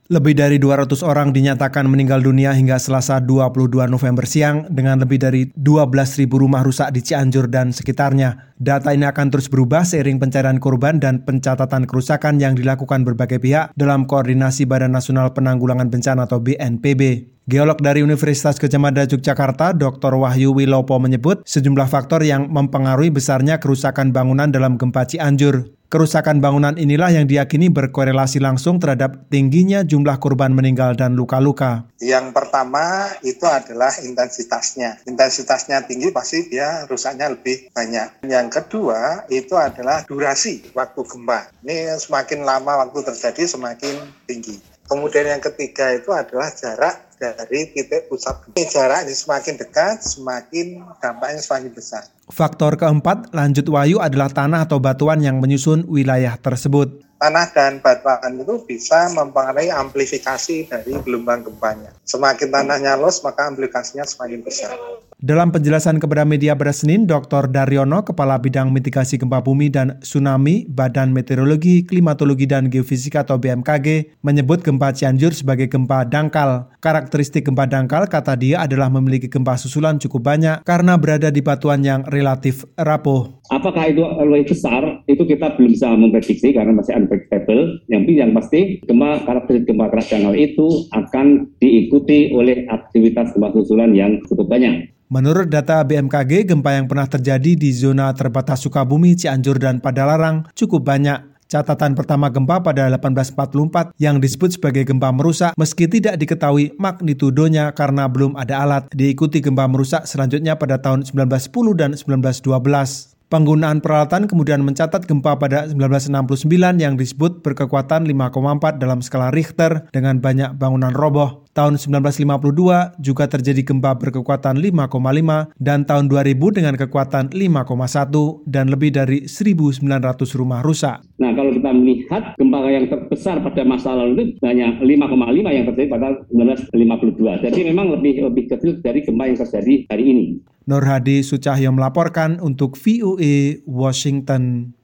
Lebih dari 200 orang dinyatakan meninggal dunia hingga Selasa 22 November siang dengan lebih dari 12.000 rumah rusak di Cianjur dan sekitarnya. Data ini akan terus berubah seiring pencarian korban dan pencatatan kerusakan yang dilakukan berbagai pihak dalam koordinasi Badan Nasional Penanggulangan Bencana atau BNPB. Geolog dari Universitas Gadjah Mada Yogyakarta, Dr. Wahyu Wilopo menyebut sejumlah faktor yang mempengaruhi besarnya kerusakan bangunan dalam gempa Cianjur. Kerusakan bangunan inilah yang diyakini berkorelasi langsung terhadap tingginya jumlah korban meninggal dan luka-luka. Yang pertama itu adalah intensitasnya. Intensitasnya tinggi pasti dia rusaknya lebih banyak. Yang kedua itu adalah durasi waktu gempa. Ini semakin lama waktu terjadi semakin tinggi. Kemudian yang ketiga itu adalah jarak dari titik pusat gempa. Jarak ini semakin dekat, semakin dampaknya semakin besar. Faktor keempat, lanjut Wahyu adalah tanah atau batuan yang menyusun wilayah tersebut. Tanah dan batuan itu bisa mempengaruhi amplifikasi dari gelombang gempanya. Semakin tanahnya luas, maka amplifikasinya semakin besar. Dalam penjelasan kepada media pada Senin, Dr. Daryono, Kepala Bidang Mitigasi Gempa Bumi dan Tsunami, Badan Meteorologi, Klimatologi, dan Geofisika atau BMKG, menyebut gempa Cianjur sebagai gempa dangkal. Karakteristik gempa dangkal, kata dia, adalah memiliki gempa susulan cukup banyak karena berada di batuan yang relatif rapuh. Apakah itu lebih besar? Itu kita belum bisa memprediksi karena masih unpredictable. Yang pasti karakteristik gempa keras dangkal itu akan diikuti oleh aktivitas gempa susulan yang cukup banyak. Menurut data BMKG, gempa yang pernah terjadi di zona terbatas Sukabumi, Cianjur, dan Padalarang cukup banyak. Catatan pertama gempa pada 1844 yang disebut sebagai gempa merusak meski tidak diketahui magnitudonya karena belum ada alat. Diikuti gempa merusak selanjutnya pada tahun 1910 dan 1912. Penggunaan peralatan kemudian mencatat gempa pada 1969 yang disebut berkekuatan 5,4 dalam skala Richter dengan banyak bangunan roboh. Tahun 1952 juga terjadi gempa berkekuatan 5,5 dan tahun 2000 dengan kekuatan 5,1 dan lebih dari 1.900 rumah rusak. Nah, kalau kita melihat gempa yang terbesar pada masa lalu itu hanya 5,5 yang terjadi pada 1952. Jadi memang lebih kecil dari gempa yang terjadi hari ini. Nur Hadi Sucahyo melaporkan untuk VOA Washington.